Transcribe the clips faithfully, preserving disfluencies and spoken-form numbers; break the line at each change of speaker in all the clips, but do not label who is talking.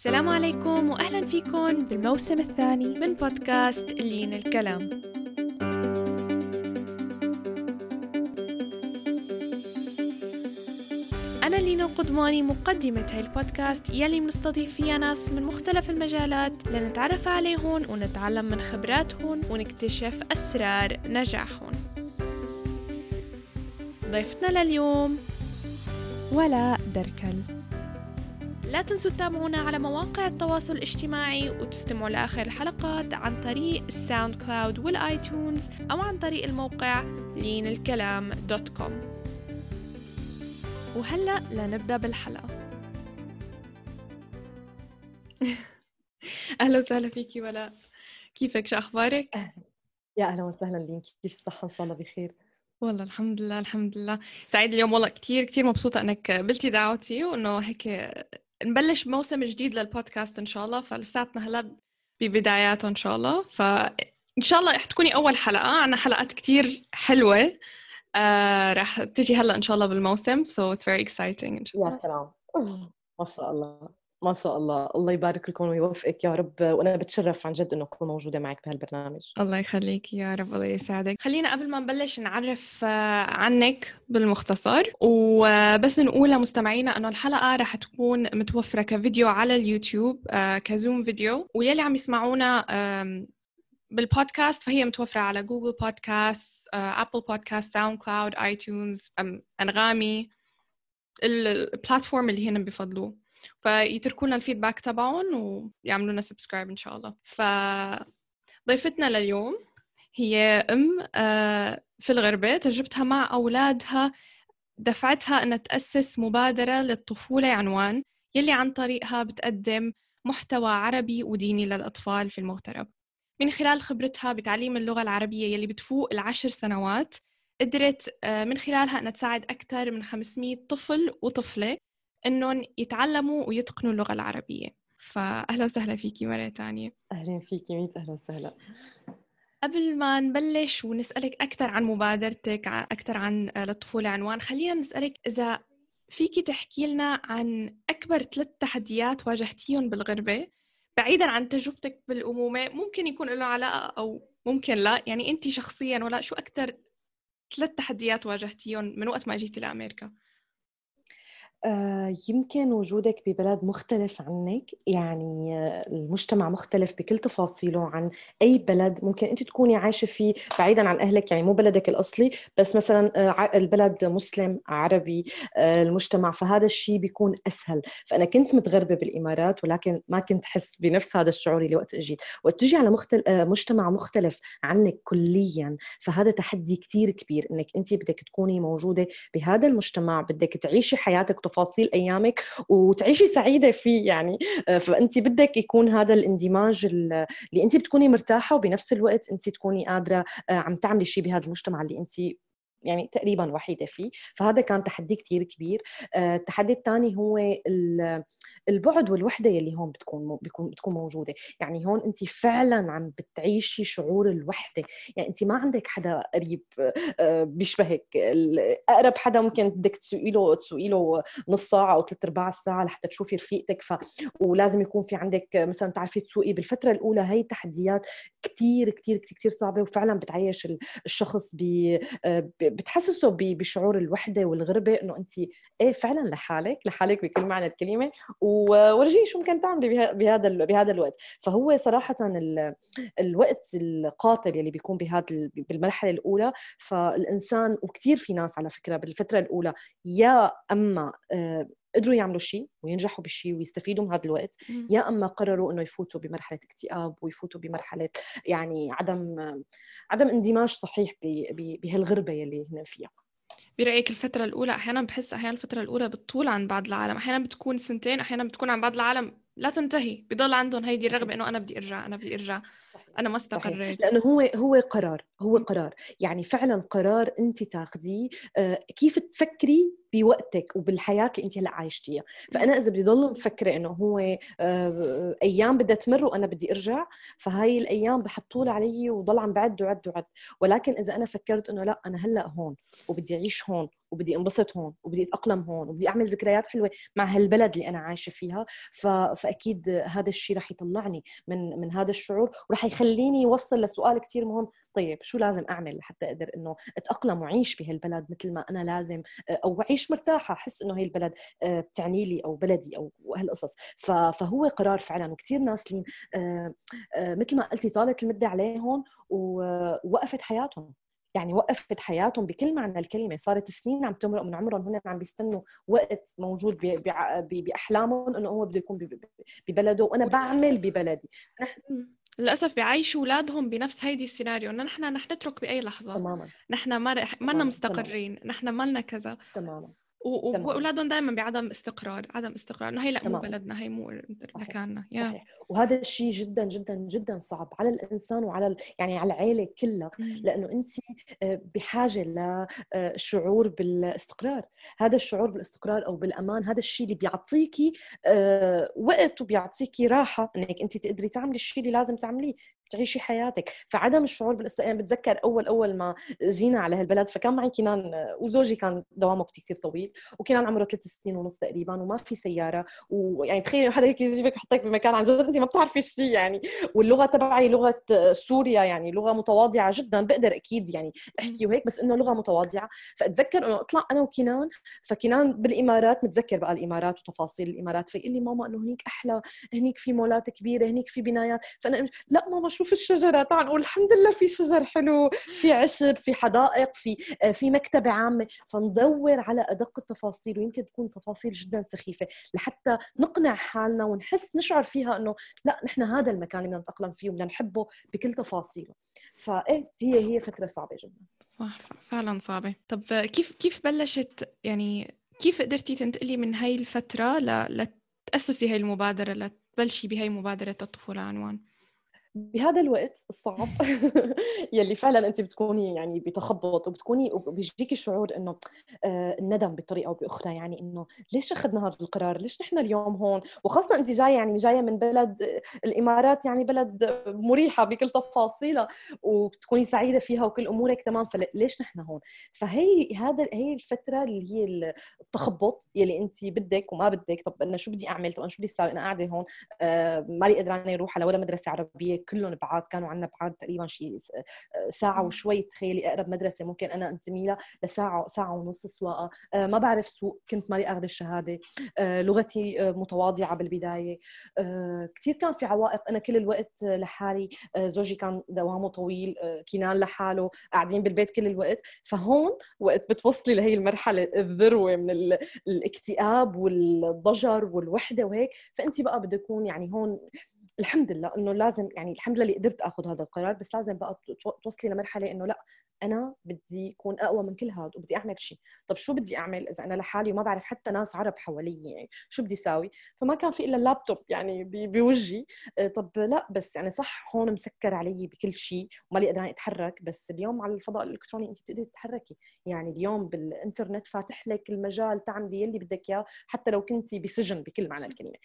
السلام عليكم وأهلا فيكم بالموسم الثاني من بودكاست لين الكلام. أنا لينا القدماني مقدمة هاي البودكاست يلي منستضيف فيها ناس من مختلف المجالات لنتعرف عليهم ونتعلم من خبراتهم ونكتشف أسرار نجاحهم. ضيفتنا لليوم ولاء دركل. لا تنسوا تتابعونا على مواقع التواصل الاجتماعي وتستمعوا لآخر الحلقات عن طريق الساوند كلاود والآيتونز أو عن طريق الموقع لين الكلام دوت كوم. وهلأ لنبدأ بالحلقة. أهلا وسهلا فيكي ولاء، كيفك؟ شو أخبارك؟
يا أهلا وسهلا لين، كيف الصحة؟ إن شاء الله بخير.
والله الحمد لله الحمد لله سعيد اليوم، والله كتير كتير مبسوطة أنك قبلتي دعوتي وأنه هيك نبلش موسم جديد للبودكاست إن شاء الله. فلساتنا هلا ببداياته إن شاء الله، فإن شاء الله رح تكوني أول حلقة. عنا حلقات كتير حلوة آه رح تجي هلا إن شاء الله بالموسم، so it's very exciting إن شاء الله.
يا سلام، ما شاء الله ما شاء الله، الله يبارك لكم ويوفقك يا رب. وأنا بتشرف عن جد إنه أكون موجودة معك بهالبرنامج.
الله يخليك يا رب، الله يسعدك. خلينا قبل ما نبلش نعرف عنك بالمختصر، وبس نقول لمستمعينا أنه الحلقة رح تكون متوفرة كفيديو على اليوتيوب كزوم فيديو، واللي عم يسمعونا بالبودكاست فهي متوفرة على جوجل بودكاست، أبل بودكاست، ساوند كلاود، آيتونز، أنغامي، البلاتفورم اللي هنا بفضلوه. فيتركوا لنا الفيدباك تبعهم ويعملوا لنا سبسكرايب إن شاء الله. فضيفتنا لليوم هي أم في الغربة، تجربتها مع أولادها دفعتها أن تأسس مبادرة للطفولة عنوان، يلي عن طريقها بتقدم محتوى عربي وديني للأطفال في المغترب. من خلال خبرتها بتعليم اللغة العربية يلي بتفوق العشر سنوات، قدرت من خلالها أن تساعد أكثر من خمسمية طفل وطفلة أنهم يتعلموا ويتقنوا اللغة العربية. فأهلا وسهلا فيكي مرة تانية.
أهلا فيكي ميت أهلا وسهلا.
قبل ما نبلش ونسألك أكثر عن مبادرتك، أكثر عن للطفولة عنوان، خلينا نسألك إذا فيكي تحكي لنا عن أكبر ثلاث تحديات واجهتيهم بالغربة بعيداً عن تجربتك بالأمومة. ممكن يكون له علاقة أو ممكن لا، يعني أنت شخصياً ولا شو أكثر ثلاث تحديات واجهتيهم من وقت ما جيتي لأمريكا؟
آه، يمكن وجودك ببلد مختلف عنك، يعني آه، المجتمع مختلف بكل تفاصيله عن أي بلد ممكن أنت تكوني عايشة فيه بعيداً عن أهلك، يعني مو بلدك الأصلي بس مثلاً آه، البلد مسلم عربي آه، المجتمع، فهذا الشيء بيكون أسهل. فأنا كنت متغربة بالإمارات ولكن ما كنت حس بنفس هذا الشعور اللي وقت أجيت. وقت تجي على مختل... آه، مجتمع مختلف عنك كلياً، فهذا تحدي كتير كبير، إنك أنت بدك تكوني موجودة بهذا المجتمع، بدك تعيشي حياتك تفاصيل أيامك وتعيشي سعيدة فيه يعني. فأنت بدك يكون هذا الاندماج اللي أنت بتكوني مرتاحة وبنفس الوقت أنت تكوني قادرة عم تعملي شيء بهذا المجتمع اللي أنت يعني تقريباً وحيدة فيه. فهذا كان تحدي كتير كبير. التحدي الثاني هو البعد والوحدة اللي هون بتكون بتكون بتكون موجودة. يعني هون أنت فعلاً عم بتعيشي شعور الوحدة، يعني أنت ما عندك حدا قريب بيشبهك. أقرب حدا ممكن بدك تسوقي له تسوقي له نص ساعة أو ثلاث أرباع الساعة لحتى تشوفي رفيقتك. ف ولازم يكون في عندك مثلاً تعرفي تسوقي. بالفترة الأولى هاي تحديات كتير كتير كتير كتير صعبة، وفعلاً بتعيش الشخص ب بتحسسه بشعور الوحدة والغربة، إنه أنت إيه فعلاً لحالك لحالك بكل معنى الكلمة، ورجي شو ممكن تعملي بهذا بهذا الوقت. فهو صراحة الوقت القاتل يلي بيكون بهذا بالمرحلة الأولى. فالإنسان وكتير في ناس على فكرة بالفترة الأولى يا أما قدروا يعملوا شيء وينجحوا بالشيء ويستفيدوا من هذا الوقت، يا أما قرروا إنه يفوتوا بمرحلة اكتئاب ويفوتوا بمرحلة يعني عدم عدم اندماج صحيح بهالغربة يلي هنا فيها.
برأيك الفترة الأولى أحياناً بحس أحياناً الفترة الأولى بتطول عن بعض العالم، أحياناً بتكون سنتين، أحياناً بتكون عن بعض العالم لا تنتهي، بضل عندهم هيدي الرغبة إنه أنا بدي أرجع أنا بدي أرجع صحيح. أنا ما استقريت.
لأنه هو هو قرار هو قرار يعني فعلاً قرار أنت تاخديه. آه كيف تفكري بوقتك وبالحياة اللي أنت هلأ عايشتيها. فأنا إذا بدي ضل مفكرة إنه هو آه أيام بدها تمر وأنا بدي أرجع، فهاي الأيام بحطول علي وضل عم بعد وعد وعد. ولكن إذا أنا فكرت إنه لا، أنا هلأ هون وبدي أعيش هون وبدي انبسط هون وبدي اتاقلم هون وبدي اعمل ذكريات حلوه مع هالبلد اللي انا عايشه فيها. ف... فاكيد هذا الشيء رح يطلعني من من هذا الشعور، ورح يخليني يوصل لسؤال كتير مهم: طيب شو لازم اعمل لحتى اقدر انه اتاقلم واعيش بهالبلد مثل ما انا لازم، او اعيش مرتاحه، احس انه هي البلد بتعني لي او بلدي او هالقصص. فهو قرار فعلا، وكثير ناس لين مثل ما قلتي طالت المده عليهم ووقفت حياتهم، يعني وقفت حياتهم بكل معنى الكلمة. صارت سنين عم تمرق من عمرهم، هن عم بيستنوا وقت موجود بأحلامهم إنه هو بده يكون ببلده وأنا بعمل ببلدي.
للأسف بيعيشوا أولادهم بنفس هيدي السيناريو، إنه نحن رح نترك بأي لحظة.
تماما.
نحن ما رح ما لنا مستقرين، نحن ما لنا كذا.
تماما.
واولادهم دائما بعدم استقرار، عدم استقرار، انه هي لا مو
تماماً.
بلدنا، هي مو مكاننا.
صحيح. صحيح. وهذا الشيء جدا جدا جدا صعب على الانسان وعلى ال... يعني على العائله كلها، لانه انت بحاجه لشعور بالاستقرار. هذا الشعور بالاستقرار او بالامان هذا الشيء اللي بيعطيكي وقت وبيعطيكي راحه انك انت تقدري تعملي الشيء اللي لازم تعمليه، تعيشي حياتك. فعدم الشعور بالاستقرار، بتذكر اول اول ما جينا على هالبلد فكان معي كنان وزوجي كان دوامه كتير طويل، وكنان عمره ثلاث سنين ونص تقريبا وما في سياره، ويعني تخيلي حدا هيك يجيبك يحطك بمكان عن جد انت ما بتعرفي شيء يعني، واللغه تبعي لغه سوريا يعني لغه متواضعه جدا، بقدر اكيد يعني احكي وهيك بس انه لغه متواضعه. فاتذكر انه اطلع انا وكنان، فكنان بالامارات متذكر بقى الامارات وتفاصيل الامارات، فيقول لي ماما انه هنيك احلى، هنيك في مولات كبيره، هنيك في بنايات. فانا لا ماما شوف الشجره، تعال نقول الحمد لله في شجر حلو، في عشب، في حدائق، في في مكتبه عامه. فندور على ادق التفاصيل، ويمكن تكون تفاصيل جدا سخيفه لحتى نقنع حالنا ونحس نشعر فيها انه لا نحن هذا المكان اللي بدنا نتاقلم فيه وبدنا نحبه بكل تفاصيله. فايه هي هي فتره صعبه جدا.
صح فعلا صعبه. طب كيف كيف بلشت، يعني كيف قدرتي تنتقلي من هاي الفتره ل لتاسسي هاي المبادره، لتبلشي بهاي مبادره الطفوله عنوان؟
بهذا الوقت الصعب يلي فعلا انت بتكوني يعني بتخبط وبتكوني وبيجيكي شعور انه آه الندم بطريقه او باخرى، يعني انه ليش اخذنا هذا القرار، ليش نحن اليوم هون، وخاصه انت جايه يعني جايه من بلد الامارات، يعني بلد مريحه بكل تفاصيلها وبتكوني سعيده فيها وكل امورك تمام، فليش نحن هون. فهي هذا هي الفتره اللي هي التخبط يلي انت بدك وما بدك. طب انا شو بدي اعمل، طب انا شو بدي اسوي، انا قاعده هون آه مالي قدرانه اروح على ولا مدرسه عربيه، كلهم بعاد، كانوا عنا بعاد تقريبا شيء ساعة وشوي. تخيلي أقرب مدرسة ممكن أنا أنتمي لها لساعة ساعة ونص سواقة. أه ما بعرف سوق، كنت مالي أخذ الشهادة. أه لغتي أه متواضعة بالبداية. أه كتير كان في عوائق، أنا كل الوقت لحالي. أه زوجي كان دوامه طويل، أه كنان لحاله، قاعدين بالبيت كل الوقت. فهون وقت بتوصلي لهي المرحلة الذروة من الاكتئاب والضجر والوحدة وهيك، فأنت بقى بدك يكون يعني هون الحمد لله انه لازم، يعني الحمد لله اللي قدرت اخذ هذا القرار، بس لازم بقى توصلي لمرحله انه لا انا بدي اكون اقوى من كل هذا وبدي اعمل شيء. طب شو بدي اعمل اذا انا لحالي وما بعرف حتى ناس عرب حوالي، يعني شو بدي اساوي؟ فما كان في الا اللابتوب يعني بوجهي. طب لا بس يعني صح هون مسكر علي بكل شيء ومالي قادره اتحرك، بس اليوم على الفضاء الالكتروني انت بتقدري تتحركي، يعني اليوم بالانترنت فاتح لك المجال تعملي يلي بدك اياه حتى لو كنتي بسجن بكل معنى الكلمه.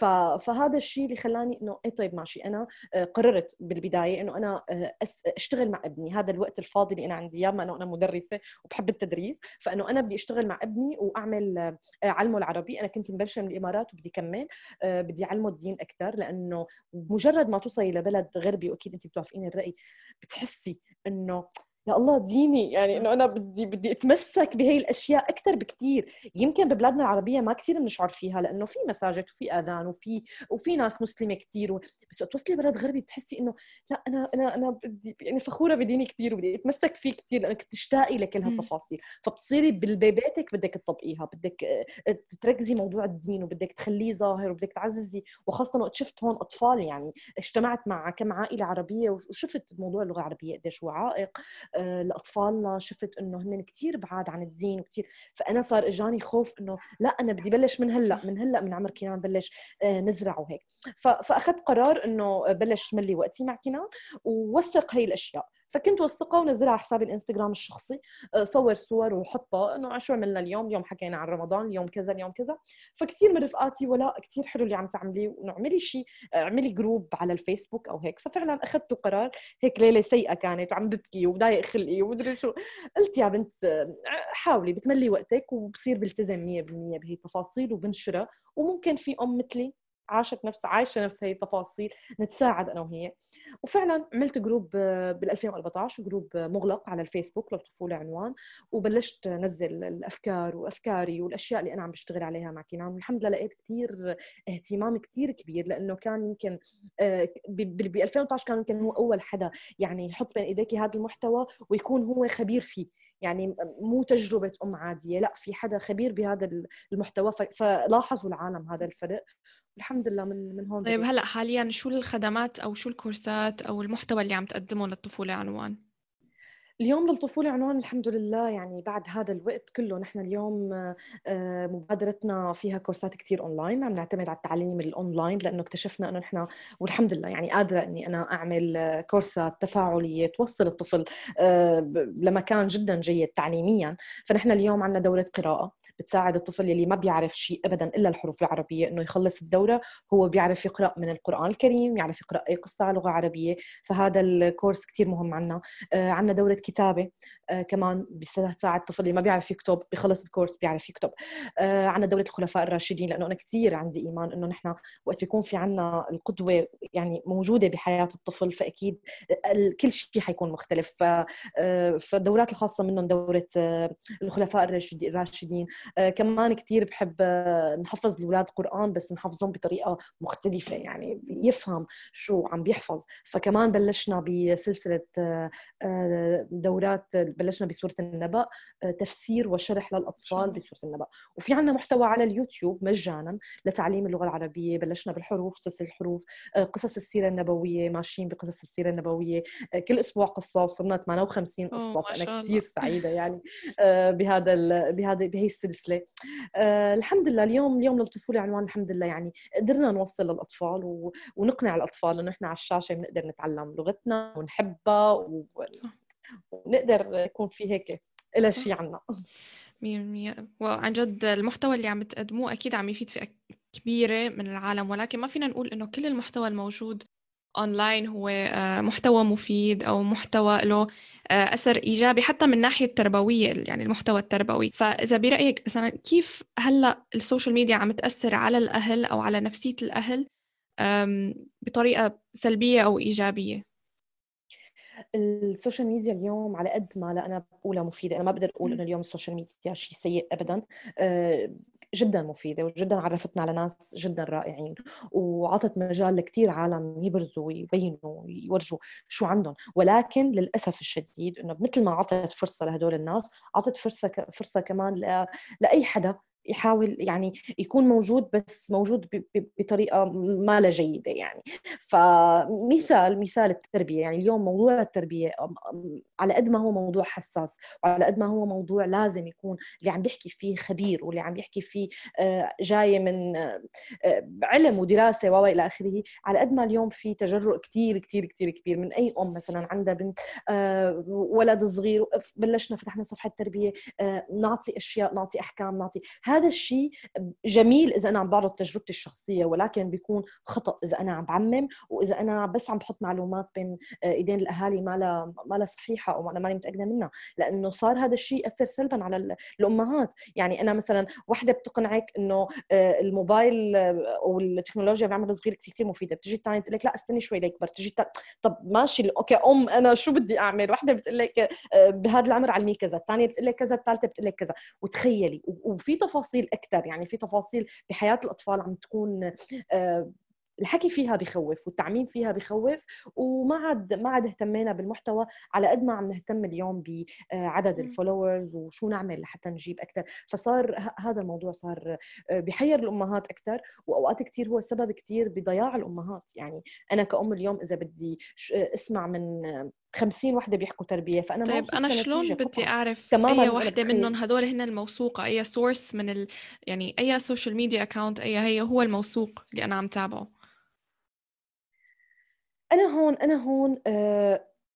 فهذا الشيء اللي خلاني انه ايه طيب ماشي، انا قررت بالبدايه انه انا اشتغل مع ابني هذا الوقت الفاضي اللي انا عندي اياه، بما انه انا مدرسه وبحب التدريس، فانه انا بدي اشتغل مع ابني واعمل علمه العربي. انا كنت مبلشه من الامارات وبدي كمل، بدي علمه الدين اكثر، لانه مجرد ما توصلي لبلد غربي، واكيد انت بتوافقين الراي، بتحسي انه يا الله ديني، يعني انه انا بدي بدي اتمسك بهي الاشياء اكثر بكثير. يمكن ببلادنا العربيه ما كثير بنشعر فيها لانه في مساجد وفي اذان وفي وفي ناس مسلمه كثير و... بس توصلي بلد غربي بتحسي انه لا انا انا انا بدي يعني فخوره بديني كثير وبدي اتمسك فيه كثير لانك تشتاقي لكل هالتفاصيل. فبتصيري ببيتك بدك تطبقيها، بدك تركزي موضوع الدين وبدك تخليه ظاهر وبدك تعززي. وخاصه وقت شفت هون اطفال، يعني اجتمعت مع كم عائله عربيه وشفت موضوع اللغه العربيه قديش هو عائق لأطفالنا، شفت إنه هن كتير بعاد عن الدين وكتير. فأنا صار إجاني خوف إنه لا أنا بدي بلش من هلأ من هلأ من عمر كنان بلش نزرع وهيك. فأخذت قرار إنه بلش ملي وقتي مع كنان ووثق هاي الأشياء. فكنت وثقها ونزلها على حسابي الانستغرام الشخصي، صور صور وحطها انه شو عملنا اليوم، اليوم حكينا عن رمضان، اليوم كذا اليوم كذا. فكتير من رفقاتي ولا كتير حلو اللي عم تعمليه، ونعملي شيء، اعملي جروب على الفيسبوك او هيك. ففعلا اخذت القرار. هيك ليله سيئه كانت وعم ببكي وبضايق خلقي ومدري شو، قلت يا بنت حاولي بتملي وقتك وبصير بلتزم مية بالمية بهي التفاصيل وبنشرها، وممكن في ام مثلي عاشت نفس عايشه نفس هي التفاصيل نتساعد انا وهي. وفعلا عملت جروب بال ألفين وأربعطعش، جروب مغلق على الفيسبوك للطفوله عنوان، وبلشت انزل الافكار وافكاري والاشياء اللي انا عم بشتغل عليها مع كينان. والحمد لله لقيت كثير اهتمام كثير كبير، لانه كان يمكن ب ألفين وأربعطعش كان يمكن هو اول حدا يعني يحط بين ايديك هذا المحتوى ويكون هو خبير فيه، يعني مو تجربه ام عاديه، لا في حدا خبير بهذا المحتوى. فلاحظوا العالم هذا الفرق، الحمد لله من من هون
طيب
بدأت.
هلأ حاليا شو الخدمات أو شو الكورسات أو المحتوى اللي عم تقدمه للطفولة عنوان؟
اليوم للطفولة عنوان الحمد لله، يعني بعد هذا الوقت كله نحن اليوم مبادرتنا فيها كورسات كتير أونلاين، عم نعتمد على التعليم الأونلاين، لأنه اكتشفنا أنه نحن والحمد لله يعني قادرة أني أنا أعمل كورسات تفاعلية توصل الطفل لمكان جدا جيد تعليميا. فنحن اليوم عندنا دورة قراءة بتساعد الطفل اللي ما بيعرف شيء أبدا إلا الحروف العربية أنه يخلص الدورة هو بيعرف يقرأ من القرآن الكريم، يعرف يقرأ أي قصة على لغة عربية. فهذا الكورس كتير مهم عنا. عندنا دورة كتابة آه كمان بيساعد الطفل اللي ما بيعرف يكتب بيخلص الكورس بيعرف يكتب. آه عندنا دورة الخلفاء الراشدين، لأنه أنا كتير عندي إيمان إنه نحن وقت بيكون في عنا القدوة يعني موجودة بحياة الطفل فأكيد كل شيء حيكون مختلف. آه فالدورات الخاصة منهم دورة آه الخلفاء الراشدين. آه كمان كتير بحب آه نحفظ الأولاد قرآن، بس نحفظهم بطريقة مختلفة يعني يفهم شو عم بيحفظ. فكمان بلشنا بسلسلة آه دورات، بلشنا بسورة النبأ تفسير وشرح للأطفال بسورة النبأ. وفي عنا محتوى على اليوتيوب مجانا لتعليم اللغة العربية، بلشنا بالحروف، سلسلة الحروف، قصص السيرة النبوية، ماشيين بقصص السيرة النبوية كل أسبوع قصة، وصلنا ثمانية وخمسين
أوه
قصة.
ما
فأنا
شاء
كتير
الله.
سعيدة يعني بهذا بهذا بهي السلسلة. الحمد لله اليوم اليوم للطفولة عنوان الحمد لله يعني قدرنا نوصل للأطفال ونقنع الأطفال إنه إحنا على الشاشة بنقدر نتعلم لغتنا ونحبها و... ونقدر يكون في هيك إلى شيء عنا.
مية بالمية. وعن جد المحتوى اللي عم تقدموه أكيد عم يفيد فئة كبيرة من العالم، ولكن ما فينا نقول إنه كل المحتوى الموجود أونلاين هو محتوى مفيد أو محتوى له أثر إيجابي حتى من ناحية تربوية، يعني المحتوى التربوي. فإذا برأيك مثلا كيف هلأ السوشيال ميديا عم تأثر على الأهل أو على نفسية الأهل بطريقة سلبية أو إيجابية؟
السوشيال ميديا اليوم على قد ما لا انا بقولها مفيده، انا ما بقدر اقول انه اليوم السوشيال ميديا شيء سيء ابدا. جدا مفيده وجدا عرفتنا على ناس جدا رائعين، وعطت مجال لكثير عالم يبرزوا ويبينوا ويورجوا شو عندهم. ولكن للاسف الشديد انه مثل ما عطت فرصه لهدول الناس، عطت فرصه فرصه كمان لاي حدا يحاول يعني يكون موجود، بس موجود بطريقة ما لا جيدة يعني. فمثال مثال التربية، يعني اليوم موضوع التربية على قد ما هو موضوع حساس، وعلى قد ما هو موضوع لازم يكون اللي عم بيحكي فيه خبير واللي عم بيحكي فيه جاي من علم ودراسة وإلى آخره، على قد ما اليوم في تجرؤ كتير كتير كتير كبير من أي أم مثلا عندها بنت ولد صغير، بلشنا فتحنا صفحة تربية، نعطي أشياء، نعطي أحكام، نعطي. هذا الشيء جميل إذا أنا عم بعرض تجربتي الشخصية، ولكن بيكون خطأ إذا أنا عم بعمم، وإذا أنا بس عم بحط معلومات بين إيدين الأهالي ما لا ما لا صحيحة أو أنا ماني متأكدة منها. لأنه صار هذا الشيء يأثر سلبا على الأمهات. يعني أنا مثلا وحدة بتقنعك إنه الموبايل أو التكنولوجيا بعمر صغير كثير كثير مفيدة، بتجي الثانية تقول لك لا استني شوي ليكبر، تجي تا... طب ماشي أوكي أم أنا شو بدي أعمل؟ وحدة بتقول لك بهذا العمر علمي كذا، الثانية بتقول لك كذا، الثالثة بتقول لك كذا. وتخيلي وفي تفاصيل أكثر، يعني في تفاصيل بحياة الأطفال عم تكون الحكي فيها بخوف والتعميم فيها بخوف. وما عاد ما عاد اهتمينا بالمحتوى على قد ما عم نهتم اليوم بعدد الفولورز وشو نعمل لحتى نجيب أكثر. فصار هذا الموضوع صار بحير الأمهات أكثر، وأوقات كتير هو سبب كتير بضياع الأمهات. يعني أنا كأم اليوم إذا بدي اسمع من خمسين وحدة بيحكوا تربية فأنا ما
طيب
وصلت
أنا
لنتيجة
شلون بدي
قطعا.
أعرف
تماما
أي
أنا
وحدة منهم
بتخيل
هدول هن الموثوقة، أي سورس من ال... يعني أي سوشيال ميديا أكاونت أي هي هو الموثوق اللي أنا عم تابعه؟
أنا هون أنا هون أه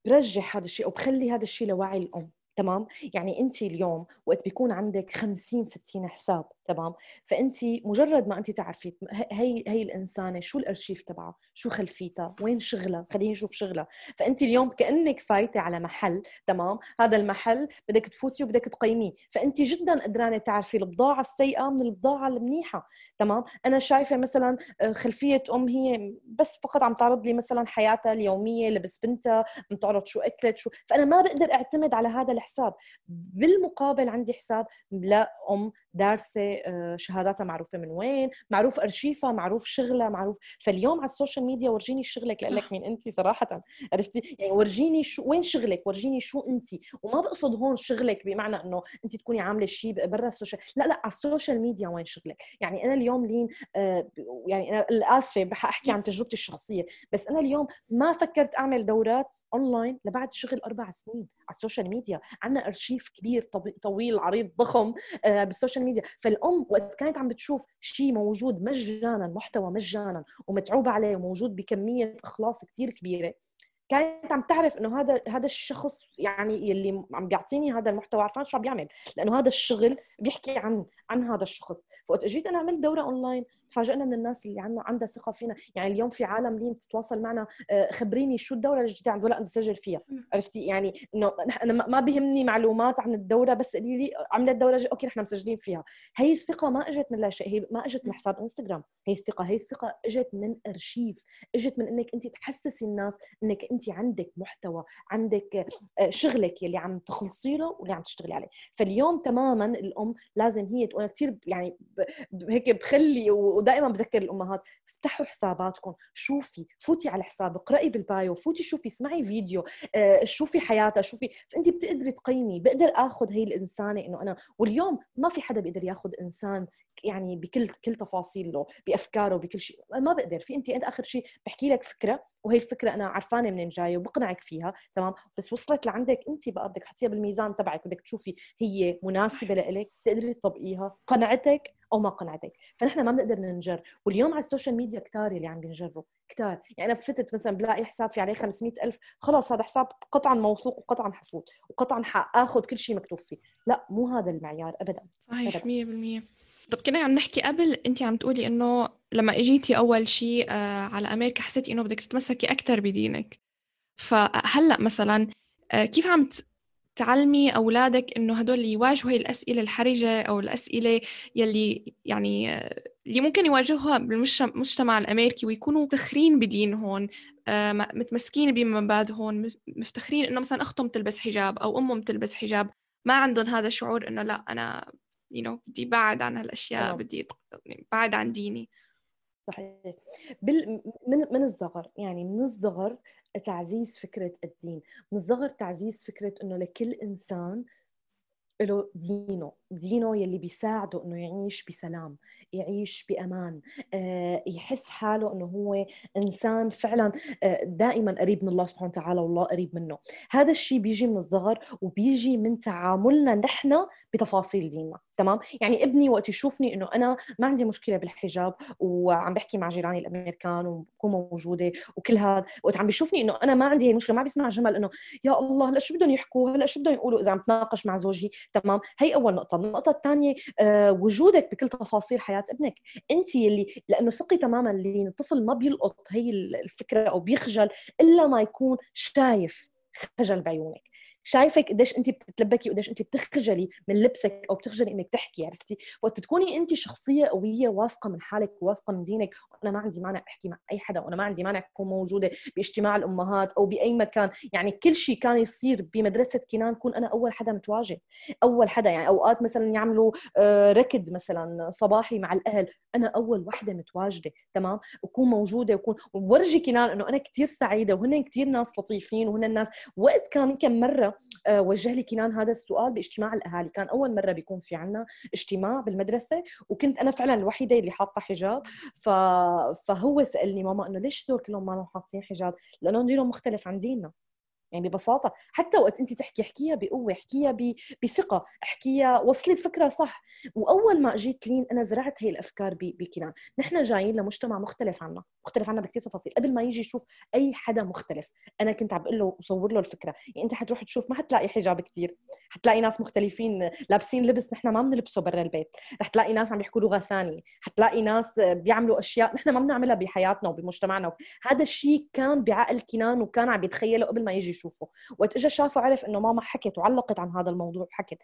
برجح هذا الشيء او بخلي هذا الشيء لوعي الام. تمام. يعني انت اليوم وقت بيكون عندك خمسين ستين حساب، تمام، فانت مجرد ما انت تعرفي هي هي الانسانه شو الارشيف تبعها، شو خلفيتها، وين شغلها، خلينا نشوف شغلها. فانت اليوم كانك فايته على محل، تمام، هذا المحل بدك تفوتي وبدك تقيميه، فانت جدا قدرانه تعرفي البضاعه السيئه من البضاعه المنيحه. تمام. انا شايفه مثلا خلفيه ام هي بس فقط عم تعرض لي مثلا حياتها اليوميه، لبس بنتها، عم تعرض شو اكلت شو، فانا ما بقدر اعتمد على هذا الحساب. بالمقابل عندي حساب لا، ام دارسه، شهاداتها معروفه من وين، معروف ارشيفها، معروف شغلها، معروف. فاليوم على السوشيال ميديا ورجيني شغلك لك مين انت صراحه، عرفتي يعني، ورجيني شو وين شغلك، ورجيني شو انت. وما بقصد هون شغلك بمعنى انه انت تكوني عامله شيء برا السوشيال، لا لا، على السوشيال ميديا وين شغلك. يعني انا اليوم لين آه يعني انا الاسفه بحكي عن تجربتي الشخصيه، بس انا اليوم ما فكرت اعمل دورات اونلاين لبعد شغل اربع سنين على السوشيال ميديا. عندنا ارشيف كبير طويل عريض ضخم آه بالسوشيال ميديا. فالام وقت كانت عم بتشوف شيء موجود مجانا، محتوى مجانا ومتعوب عليه وموجود بكميه اخلاص كثير كبيره، كانت عم تعرف انه هذا هذا الشخص يعني اللي عم بيعطيني هذا المحتوى عرفان شو عم بيعمل، لانه هذا الشغل بيحكي عن عن هذا الشخص. فوقت اجيت انا عملت دوره اونلاين تفاجئنا من الناس اللي عندنا عندها ثقه فينا. يعني اليوم في عالم لين تتواصل معنا خبريني شو الدوره اللي جيتي عند، ولا بدي اسجل فيها، عرفتي يعني انه انا ما بيهمني معلومات عن الدوره، بس قولي لي عملت دوره جي. اوكي نحن مسجلين فيها. هي الثقه ما اجت من لا شيء، هي ما اجت من حساب انستغرام، هي الثقه هي الثقه اجت من ارشيف، اجت من انك انت تحسسي الناس انك انت عندك محتوى، عندك شغلك يلي عم تخلصي له واللي عم تشتغلي عليه. فاليوم تماما الام لازم هي تكون كثير يعني هيك بخلي ودائما بذكر الامهات افتحوا حساباتكم، شوفي، فوتي على الحساب، اقراي بالبايو، فوتي شوفي، اسمعي فيديو، شوفي حياتها، شوفي، فانت بتقدري تقيمي. بقدر اخذ هي الانسانه انه انا، واليوم ما في حدا بيقدر ياخذ انسان يعني بكل كل تفاصيله، بافكاره، بكل شيء، ما بقدر. في انت انت اخر شيء بحكي لك فكره، وهي الفكره انا عرفانه منين جايه وبقنعك فيها، تمام، بس وصلت لعندك انت بقى بدك تحطيها بالميزان تبعك، بدك تشوفي هي مناسبه لإلك، تقدري تطبقيها، قنعتك او ما قنعتك. فنحن ما بنقدر ننجر. واليوم على السوشيال ميديا كتار اللي عم بينجروا كتار. يعني انا بفتت مثلا بلاقي حساب في عليه خمسمية ألف، خلاص هذا حساب قطعا موثوق وقطعا حفوت وقطعا حاخذ كل شيء مكتوب فيه. لا، مو هذا المعيار ابدا.
صحيح مية بالمية. طب كنا عم نحكي قبل، انت عم تقولي انه لما اجيتي اول شيء آه على امريكا حسيتي انه بدك تتمسكي اكثر بدينك، فهلا مثلا آه كيف عم تعلمي اولادك انه هدول يواجهوا هي الاسئله الحرجه او الاسئله يلي يعني آه اللي ممكن يواجهوها بالمجتمع الامريكي ويكونوا مفتخرين بدينهم، آه متمسكين بمبادئهم، مفتخرين انه مثلا اختهم تلبس حجاب او امهم تلبس حجاب، ما عندهم هذا الشعور انه لا انا you know بدي بعد عن هالاشياء،
تمام.
بدي بعد عن ديني.
صحيح. بال... من من الصغر، يعني من الصغر تعزيز فكرة الدين، من الصغر تعزيز فكرة إنه لكل إنسان له دينه، دينه يلي بيساعده إنه يعيش بسلام، يعيش بأمان، آه، يحس حاله إنه هو إنسان فعلا آه، دائما قريب من الله سبحانه وتعالى والله قريب منه. هذا الشيء بيجي من الصغر وبيجي من تعاملنا نحن بتفاصيل ديننا. تمام. يعني ابني وقت يشوفني إنه أنا ما عندي مشكلة بالحجاب وعم بحكي مع جيراني الأمريكان وبكون موجودة وكل هذا، وقت عم بيشوفني إنه أنا ما عندي هي المشكلة، ما بيسمع جمل إنه يا الله هلا شو بدهم يحكوا، هلا شو بدهم يقولوا إذا عم تناقش مع زوجي. تمام. هي اول نقطه. النقطه الثانيه آه وجودك بكل تفاصيل حياه ابنك. انت يلي، لانه ثقي تماما اللي الطفل ما بيلقط هي الفكره او بيخجل الا ما يكون شايف خجل بعيونك، شايفك قديش انت بتتلبكي وقديش انت بتخجلي من لبسك او بتخجلي انك تحكي، عرفتي؟ وقت بتكوني انت شخصيه قويه واثقه من حالك وواثقه من دينك، وانا ما عندي مانع احكي مع اي حدا، وانا ما عندي مانع اكون موجوده باجتماع الامهات او باي مكان، يعني كل شيء كان يصير بمدرسه كنان كون انا اول حدا متواجد، اول حدا. يعني اوقات مثلا يعملوا ركض مثلا صباحي مع الاهل، انا اول وحده متواجده، تمام، وكون موجوده وكون وورجي كنان انه انا كثير سعيده وهن كثير ناس لطيفين وهن الناس. وقت كان كم مره وجه لي كنان هذا السؤال باجتماع الاهالي، كان اول مره بيكون في عنا اجتماع بالمدرسه وكنت انا فعلا الوحيده اللي حاطه حجاب، ف... فهو سالني ماما انه ليش هدول كلهم ما لهم حاطين حجاب؟ لانه دينهم مختلف عن ديننا. يعني ببساطة. حتى وقت أنت تحكي احكيها بقوة، احكيها ب- بثقة، احكيها وصلي الفكرة صح. وأول ما أجيت لين أنا زرعت هي الأفكار ب- بكنان. نحن جايين لمجتمع مختلف عنا، مختلف عنا بكثير تفاصيل. قبل ما يجي يشوف أي حدا مختلف أنا كنت عم بقول له وصور له الفكرة. يعني أنت حتروح تشوف ما حتلاقي حجاب كتير، حتلاقي ناس مختلفين لابسين لبس نحن ما بنلبسه برا البيت، رح تلاقي ناس عم يحكوا لغة ثانية، حتلاقي ناس بيعملوا أشياء نحن ما بنعملها بحياتنا وبمجتمعنا. هذا الشيء كان بعقل كنان وكان عم يتخيله قبل ما يجي يشوفه. وقت اجى شافه عرف انه ماما حكت وعلقت عن هذا الموضوع، حكت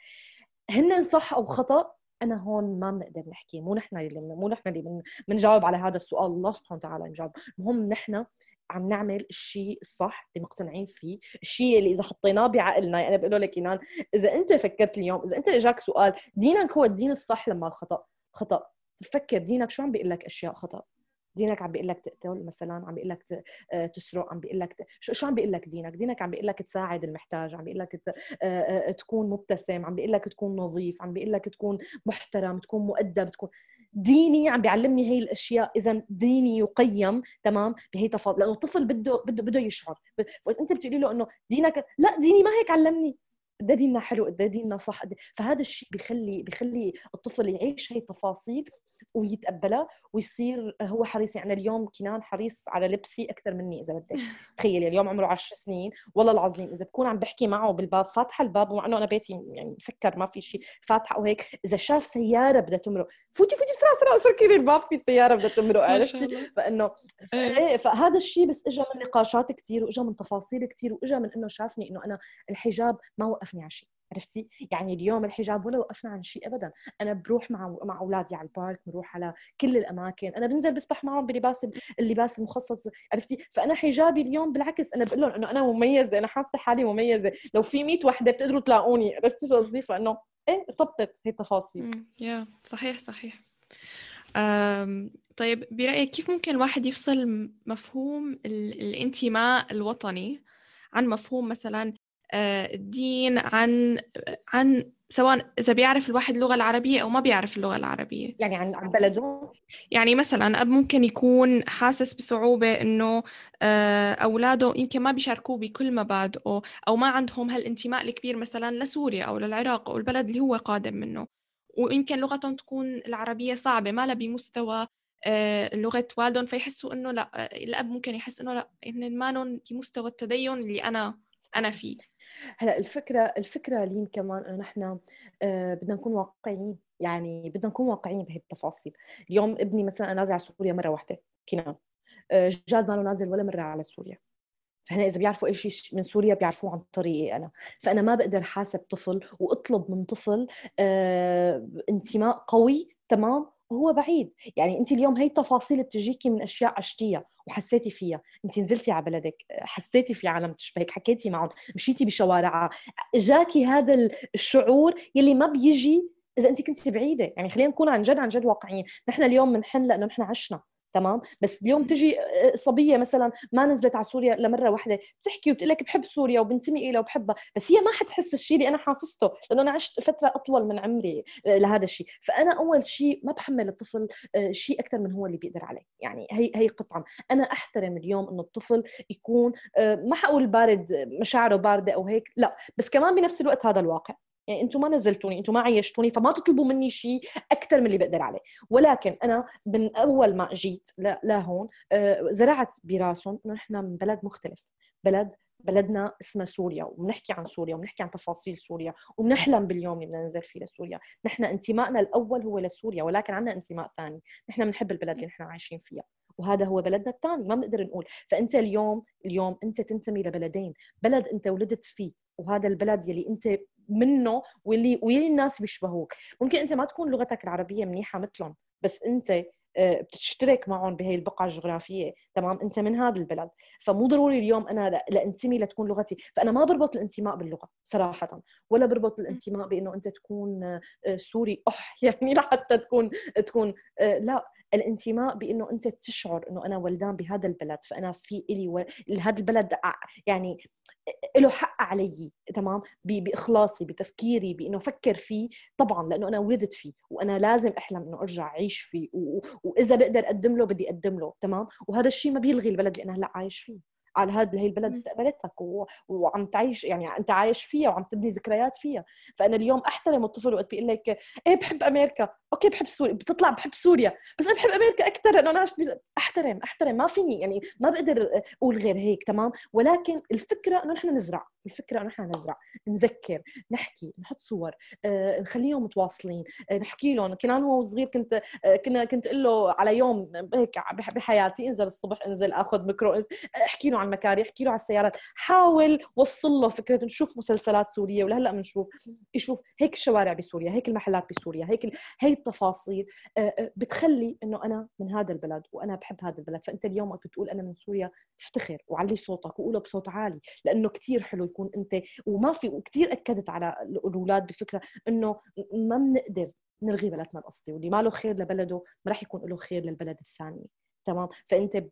هن صح او خطا. انا هون ما بنقدر نحكي، مو نحن اللي مو نحن اللي بنجاوب على هذا السؤال، الله سبحانه وتعالى يجاوب. المهم نحن عم نعمل الشيء الصح اللي مقتنعين فيه، الشيء اللي اذا حطيناه بعقلنا. يعني انا بقول لك إنان اذا انت فكرت اليوم، اذا انت اجاك سؤال دينك هو الدين الصح لما الخطا خطا، فكر دينك شو عم بيقول لك اشياء خطا. دينك عم بيقول لك تقتل مثلا، عم بيقول لك تسرق، عم بيقول لك ت... شو شو عم بيقول لك دينك؟ دينك عم بيقول لك تساعد المحتاج، عم بيقول لك ت... تكون مبتسم، عم بيقول لك تكون نظيف، عم بيقول لك تكون محترم، تكون مؤدب، تكون ديني عم بيعلمني هي الاشياء. اذا ديني يقيم تمام بهي تفاضل، لانه الطفل بده بده بده يشعر. فانت بتقولي له انه دينك لا، ديني ما هيك علمني، ده ديننا حلو، ده ديننا صح. فهذا الشيء بيخلي بيخلي الطفل يعيش هي التفاصيل ويتقبلها ويصير هو حريص. يعني اليوم كنان حريص على لبسي اكثر مني اذا بدك. تخيلي اليوم عمره عشر سنين، والله العظيم اذا بكون عم بحكي معه بالباب فاتحه الباب، ومع انه انا بيتي يعني مسكر ما في شيء، فاتحه وهيك، اذا شاف سياره بدها تمرق، فوتي فوتي بسرعه بسرعه سكري الباب في سياره بدها تمرق،
ما شاء
عرفتي؟
الله.
فانه
ايه
ايه. فهذا الشيء بس اجى من نقاشات كثير، واجى من تفاصيل كثير، واجى من انه شافني انه انا الحجاب ما وقفني على شيء، عرفتي؟ يعني اليوم الحجاب ولا وقفنا عن شيء ابدا. انا بروح مع مع اولادي على البارك، بروح على كل الاماكن، انا بنزل بسبح معهم بلباس اللباس المخصص، عرفتي؟ فانا حجابي اليوم بالعكس انا بقول لهم انه انا مميزه، انا حاسه حالي مميزه، لو في مية وحده بتقدروا تلاقوني، عرفتي شو قصدي؟ فانه ايه ارتبطت هي التفاصيل.
امم يا صحيح صحيح. أم، طيب برأيك كيف ممكن الواحد يفصل مفهوم ال- الانتماء الوطني عن مفهوم مثلا آه، الدين، عن عن سواء إذا بيعرف الواحد اللغة العربية أو ما بيعرف اللغة العربية؟
يعني عن عن بلده.
يعني مثلا أب ممكن يكون حاسس بصعوبة إنه آه، أولاده يمكن ما بيشاركوه بكل مبادئه، أو ما عندهم هالانتماء الكبير مثلا لسوريا أو للعراق أو البلد اللي هو قادم منه، ويمكن لغتهم تكون العربية صعبة ما لها بمستوى آه، لغة والدهم، فيحسوا إنه لا، آه، الأب ممكن يحس إنه لا، إن مانن بمستوى التدين اللي أنا أنا فيه.
هلا الفكره الفكره لين كمان انه نحن آه بدنا نكون واقعيين، يعني بدنا نكون واقعيين بهي التفاصيل. اليوم ابني مثلا نازل على سوريا مره واحده كنا، آه جاد ما نازل ولا مره على سوريا. فهنا اذا بيعرفوا اي شيء من سوريا بيعرفوه عن طريقي انا. فانا ما بقدر حاسب طفل واطلب من طفل آه انتماء قوي تمام وهو بعيد. يعني انت اليوم هي التفاصيل بتجيكي من اشياء عشتيها وحسيتي فيها، انت نزلتي على بلدك، حسيتي في عالم تشبهك، حكيتي معهم، مشيتي بشوارعها، جاكي هذا الشعور يلي ما بيجي اذا انت كنتي بعيده. يعني خلينا نكون عن جد عن جد واقعيين. نحن اليوم بنحن لانه نحن عشنا تمام، بس اليوم تجي صبيه مثلا ما نزلت على سوريا لمره واحده بتحكي وبتقول لك بحب سوريا وبنتمي لها وبحبها، بس هي ما حتحس الشيء اللي انا حاسسته لانه انا عشت فتره اطول من عمري لهذا الشيء. فانا اول شيء ما بحمل الطفل شيء اكثر من هو اللي بيقدر عليه. يعني هي هي قطعا انا احترم اليوم انه الطفل يكون ما حقول بارد، مشاعره بارده او هيك لا، بس كمان بنفس الوقت هذا الواقع. يعني انتم ما نزلتوني، انتم ما عيشتوني، فما تطلبوا مني شيء اكثر من اللي بقدر عليه. ولكن انا من اول ما اجيت لهون زرعت براسهم انه نحن من بلد مختلف، بلد بلدنا اسمها سوريا، وبنحكي عن سوريا وبنحكي عن تفاصيل سوريا، وبنحلم باليوم اللي بدنا ننزل فيه لسوريا. نحن انتمائنا الاول هو لسوريا، ولكن عندنا انتماء ثاني، نحن بنحب البلد اللي نحن عايشين فيها، وهذا هو بلدنا الثاني ما بنقدر نقول. فانت اليوم اليوم انت تنتمي لبلدين، بلد انت ولدت فيه وهذا البلد يلي انت منه واللي واللي الناس بيشبهوك. ممكن انت ما تكون لغتك العربيه منيحه مثلهم، بس انت بتشترك معهم بهي البقعة الجغرافية تمام، انت من هذا البلد. فمو ضروري اليوم انا لانتمي لتكون لغتي. فانا ما بربط الانتماء باللغة صراحة، ولا بربط الانتماء بانه انت تكون سوري اح يعني لحتى تكون تكون لا، الانتماء بانه انت تشعر انه انا ولدان بهذا البلد، فانا في الي و... هذا البلد يعني له حق علي تمام، باخلاصي بتفكيري بانه افكر فيه طبعا لانه انا ولدت فيه وانا لازم احلم انه ارجع اعيش فيه و... واذا بقدر اقدم له بدي اقدم له تمام. وهذا الشيء ما بيلغي البلد اللي انا هلا عايش فيه، على هذا هي البلد استقبلتك و... وعم تعيش، يعني انت عايش فيها وعم تبني ذكريات فيها. فانا اليوم احترم الطفل وقت بيقول لك ايه بحب امريكا، اوكي بحب سوريا، بتطلع بحب سوريا، بس انا بحب امريكا اكثر لانه انا عشت بي... احترم احترم ما فيني يعني ما بقدر اقول غير هيك. تمام. ولكن الفكره انه نحن نزرع، الفكره انه نحن نزرع، نذكر، نحكي، نحط صور، آه، نخليهم متواصلين، آه، نحكي لهم. كنان هو صغير كنت آه، كنا كنت اقول له على يوم هيك بحياتي انزل الصبح، انزل اخذ ميكرو، انزل احكي له عن المكاري، احكي له على السيارات، حاول وصل له فكره نشوف مسلسلات سوريه ولا هلا بنشوف، يشوف هيك الشوارع بسوريا، هيك المحلات بسوريا، هيك ال... هي التفاصيل بتخلي انه انا من هذا البلد وانا بحب هذا البلد. فانت اليوم وقت بتقول انا من سوريا افتخر وعلي صوتك وقوله بصوت عالي، لانه كثير حلو يكون انت. وما في، وكثير اكدت على الاولاد بفكره انه ما بنقدر نلغي بلدنا الاصلي، واللي ما له خير لبلده ما راح يكون له خير للبلد الثاني. تمام. فانت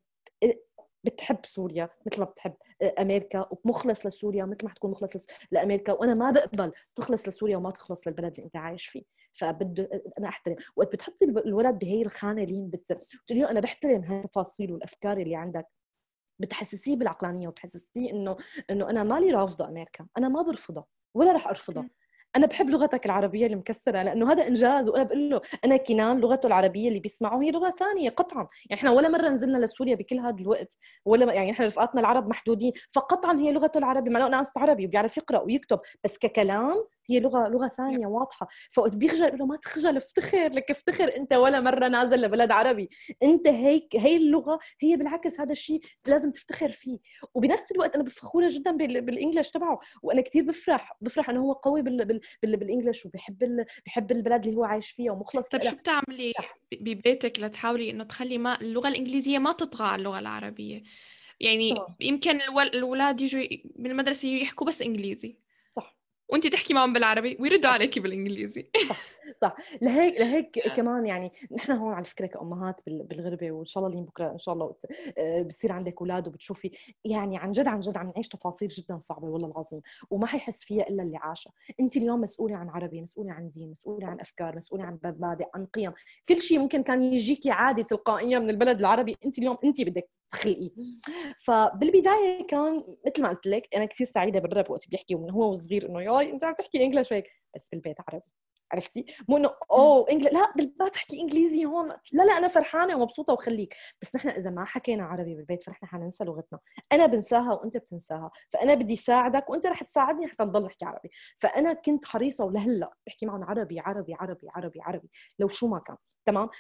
بتحب سوريا مثل ما بتحب امريكا، ومخلص لسوريا مثل ما حتكون مخلص لامريكا. وانا ما بقبل تخلص لسوريا وما تخلص للبلد اللي انت عايش فيه. فبده انا احترم. وقت بتحطي الولد بهي الخانه اللي بتقولي له انا بحترم هاي التفاصيل والافكار اللي عندك، بتحسسيه بالعقلانيه وبتحسسيه انه انه انا مالي رافضه امريكا، انا ما برفضها ولا رح ارفضها. انا بحب لغتك العربيه المكسره لانه هذا انجاز. وانا بقول له انا كنان لغته العربيه اللي بيسمعوه هي لغه ثانيه قطعا. يعني احنا ولا مره نزلنا لسوريا بكل هذا الوقت، ولا يعني احنا رفقاتنا العرب محدودين، فقطعا هي لغته العربيه، مع انه ناس عربي وبيعرف يقرا ويكتب، بس ككلام هي لغه لغه ثانيه واضحه. فوقت بيخجل بقول له ما تخجل، افتخر لك، افتخر انت ولا مره نازل لبلد عربي، انت هيك. هي اللغه هي بالعكس هذا الشيء لازم تفتخر فيه. وبنفس الوقت انا فخوره جدا بالانجليش تبعه، وانا كثير بفرح بفرح انه هو قوي بال بال بال بالانجليش، وبيحب ال... بيحب البلد اللي هو عايش فيها ومخلص.
طيب شو بتعملي ببيتك لتحاولي انه تخلي ما اللغه الانجليزيه ما تطغى على اللغه العربيه؟ يعني
طبعا. صح
يمكن الول... الأولاد يجوا من المدرسة يحكوا بس إنجليزي،
صح
وانت تحكي معهم بالعربي ويردوا عليكي بالإنجليزي.
صح صح لهيك لهيك كمان يعني نحن هون على فكره كأمهات بالغربه، وان شاء الله اللي بكره ان شاء الله بصير عندك اولاد وبتشوفي، يعني عن جد عن جد عم نعيش تفاصيل جدا صعبه والله العظيم، وما حيحس فيها الا اللي عاشها. انت اليوم مسؤوله عن عربي، مسؤوله عن دين، مسؤوله عن افكار، مسؤوله عن مبادئ، عن قيم، كل شيء ممكن كان يجيكي عادي تلقائيا من البلد العربي انت اليوم انت بدك تخلقيه. فبالبدايه كان مثل ما قلت لك انا كثير سعيده بالرب وقت بيحكي ومن هو صغير انه ياي انت عم تحكي انجلش هيك، بس بالبيت عربي. عرفتي؟ مو انه اوه انجليزي، لا ما تحكي انجليزي هون، لا لا انا فرحانه ومبسوطه وخليك. بس نحن اذا ما حكينا عربي بالبيت فنحن حننسى لغتنا، انا بنساها وانت بتنساها، فانا بدي ساعدك وانت رح تساعدني حتى نضل نحكي عربي. فانا كنت حريصه ولهلا بحكي معهم عربي عربي عربي عربي عربي لو شو ما كان. تمام.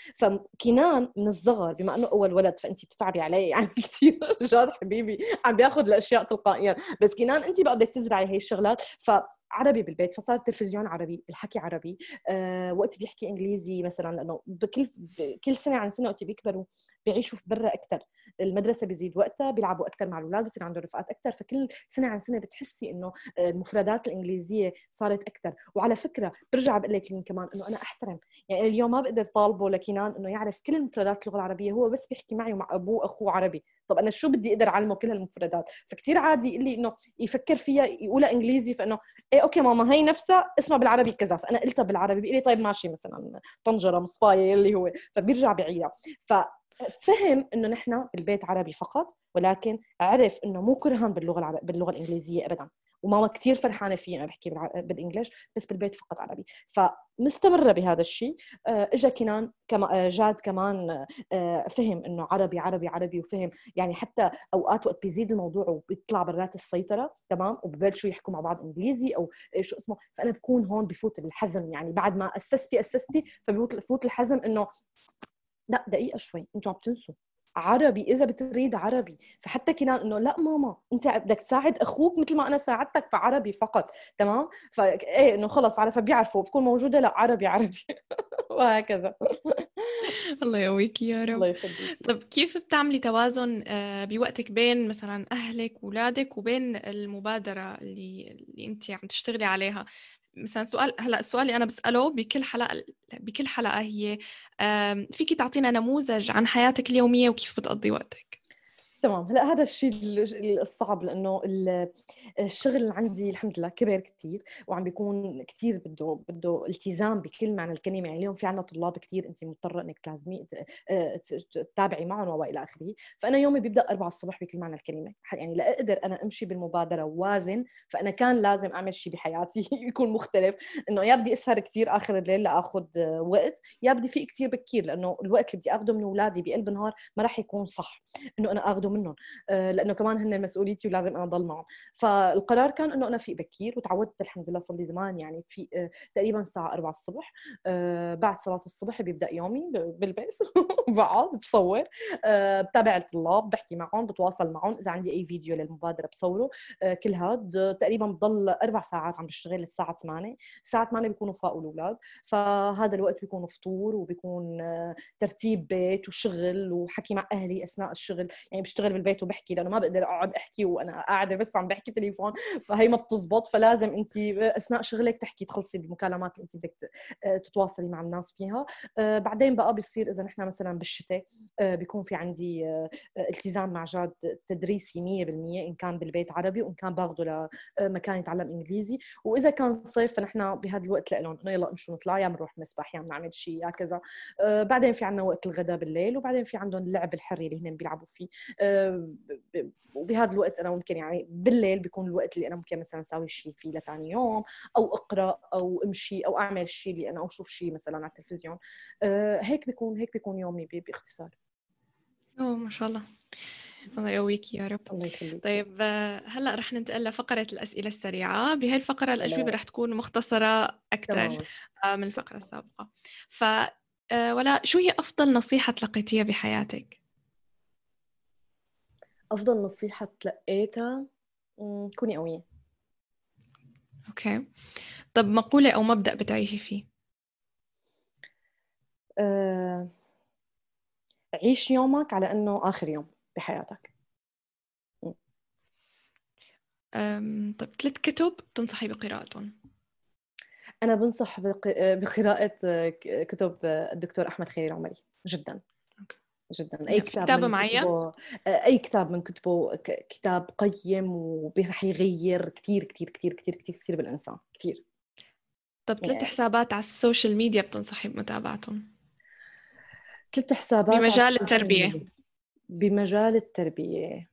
فكنان من الصغر بما انه اول ولد فانت بتتعبي عليه يعني كثير جاد حبيبي عم بياخذ الاشياء تلقائيا، بس كنان انت بقى بدك تزرعي هي الشغلات. ف عربي بالبيت، فصار التلفزيون عربي، الحكي عربي. أه وقت بيحكي انجليزي مثلا لانه بكل كل سنه عن سنه وقت بيكبروا بيعيشوا في برا اكثر، المدرسه بيزيد وقتها، بيلعبوا اكثر مع الاولاد، بصير عندهم رفقات اكثر، فكل سنه عن سنه بتحسي انه المفردات الانجليزيه صارت اكثر. وعلى فكره برجع بقول لك كمان انه انا احترم، يعني اليوم ما بقدر طالبه لكنان انه يعرف كل المفردات اللغه العربيه، هو بس بيحكي معي ومع ابوه اخوه عربي، طب انا شو بدي اقدر اعلمه كل هالمفردات؟ فكتير عادي يقول لي انه يفكر فيها يقولها انجليزي، فانه ايه اوكي ماما هي نفسها اسمها بالعربي كذا، فانا قلتها بالعربي بيقول لي طيب ماشي مثلا طنجره مصفايه اللي هو، فبيرجع بعيها. ففهم انه نحن البيت عربي فقط، ولكن عرف انه مو كرهان باللغه العربية باللغه الانجليزيه ابدا، وماما كتير فرحانه فيه انا بحكي بالانجليش، بس بالبيت فقط عربي. فمستمره بهذا الشيء. اجى كنان كما جاد كمان فهم انه عربي عربي عربي، وفهم يعني حتى اوقات وقت بيزيد الموضوع وبيطلع برات السيطره تمام وببلشوا يحكوا مع بعض انجليزي او شو اسمه، فانا بكون هون بفوت الحزم، يعني بعد ما اسستي اسستي فبفوت الحزم انه لا دقيقه شوي انتوا عم تنسوا عربي، اذا بتريد عربي. فحتى كنان انه لا ماما انت بدك تساعد اخوك مثل ما انا ساعدتك فعربي فقط. تمام. فايه انه خلص عارفه بيعرفوا بتكون موجوده لا عربي عربي وهكذا.
الله يقويكي يا رب.
الله يخليك.
طب كيف بتعملي توازن بوقتك بين مثلا أهلك وولادك وبين المبادرة اللي اللي أنت عم تشتغلي عليها؟ مثلا سؤال هلا السؤال اللي أنا بسأله بكل حلقة بكل حلقة هي فيكي تعطينا نموذج عن حياتك اليومية وكيف بتقضي وقتك؟
تمام. هلا هذا الشيء ال- الصعب، لانه ال- الشغل اللي عندي الحمد لله كبر كثير، وعم بيكون كثير بده بده التزام بكل معنى الكلمه. يعني اليوم في عندنا طلاب كثير انت مضطره انك لازمي ت- آه، ت- ت- تتابعي معهم والى اخره. فانا يومي بيبدا أربعة الصبح بكل معنى الكلمه. ح- يعني لاقدر انا امشي بالمبادره ووازن، فانا كان لازم اعمل شيء بحياتي يكون مختلف. انه يا بدي اسهر كثير اخر الليل لاخذ آه، وقت، يا بدي فيق كثير بكير، لانه الوقت اللي بدي اخذه من اولادي بقلب النهار ما راح يكون صح انه انا اخذه منهم، آه، لانه كمان هن مسؤوليتي ولازم انا اضل معهم. فالقرار كان انه انا فيق بكير، وتعودت الحمد لله صار لي زمان يعني في آه، تقريبا الساعه أربعة الصبح. آه، بعد صلاه الصبح بيبدا يومي ب- بالبيت بقعد بصور، آه، بتابع الطلاب، بحكي معهم، بتواصل معهم، اذا عندي اي فيديو للمبادره بصوره. آه، كل هاد تقريبا بضل اربع ساعات عم بشتغل للساعه ثمانية. الساعه ثمانية بيكونوا فاقوا الاولاد، فهذا الوقت بيكون فطور، وبيكون آه، ترتيب بيت وشغل وحكي مع اهلي اثناء الشغل. يعني بشتغل بالبيت وبحكي، لانه ما بقدر اقعد احكي وانا قاعده بس عم بحكي تليفون، فهي ما بتزبط. فلازم انت اثناء شغلك تحكي، تخلصي بالمكالمات اللي انت بدك تتواصلي مع الناس فيها. بعدين بقى بيصير اذا نحن مثلا بالشتاء بيكون في عندي التزام مع جاد تدريسي مية بالمية، ان كان بالبيت عربي وان كان باخده لمكان يتعلم انجليزي. واذا كان صيف فنحن بهذا الوقت لهم انه يلا امشوا نطلع، يا بنروح نسبح، يا بنعمل شيء، يا كذا. بعدين في عندنا وقت الغداء بالليل، وبعدين في عندهم اللعب الحري اللي هن بيلعبوا فيه. وبهذا الوقت انا ممكن يعني بالليل بيكون الوقت اللي انا ممكن مثلا اسوي شيء فيه لثاني يوم، او اقرا او امشي او اعمل الشيء اللي انا، او اشوف شيء مثلا على التلفزيون. أه هيك بيكون هيك بيكون يومي باختصار.
اوه ما شاء الله، الله يقويك يا رب.
الله يخليك.
طيب هلا رح ننتقل لفقرة الأسئلة السريعة. بهي الفقرة الأجوبة رح تكون مختصرة أكثر من الفقرة السابقة. ف ولا شو هي أفضل نصيحة تلقيتيها بحياتك؟
أفضل نصيحة تلقيتها كوني قوية.
أوكي. طب مقولة أو مبدأ بتعيشي فيه؟
أه... عيش يومك على أنه آخر يوم بحياتك.
أم... طب ثلاث كتب تنصحي بقراءتهم؟
أنا بنصح بق... بقراءة كتب الدكتور أحمد خيري العمري جدا.
أوكي.
جدا. أي كتاب
كتابة
من
معين؟
كتبه أي كتاب من كتبه كتاب قيم ورح يغير كتير كتير كتير كتير كتير كتير بالإنسان كتير.
طب ثلاث يعني حسابات على السوشيال ميديا بتنصحي بمتابعتهم؟
ثلاث حسابات على
بمجال
السوشيال
التربية؟
ميديا. بمجال التربية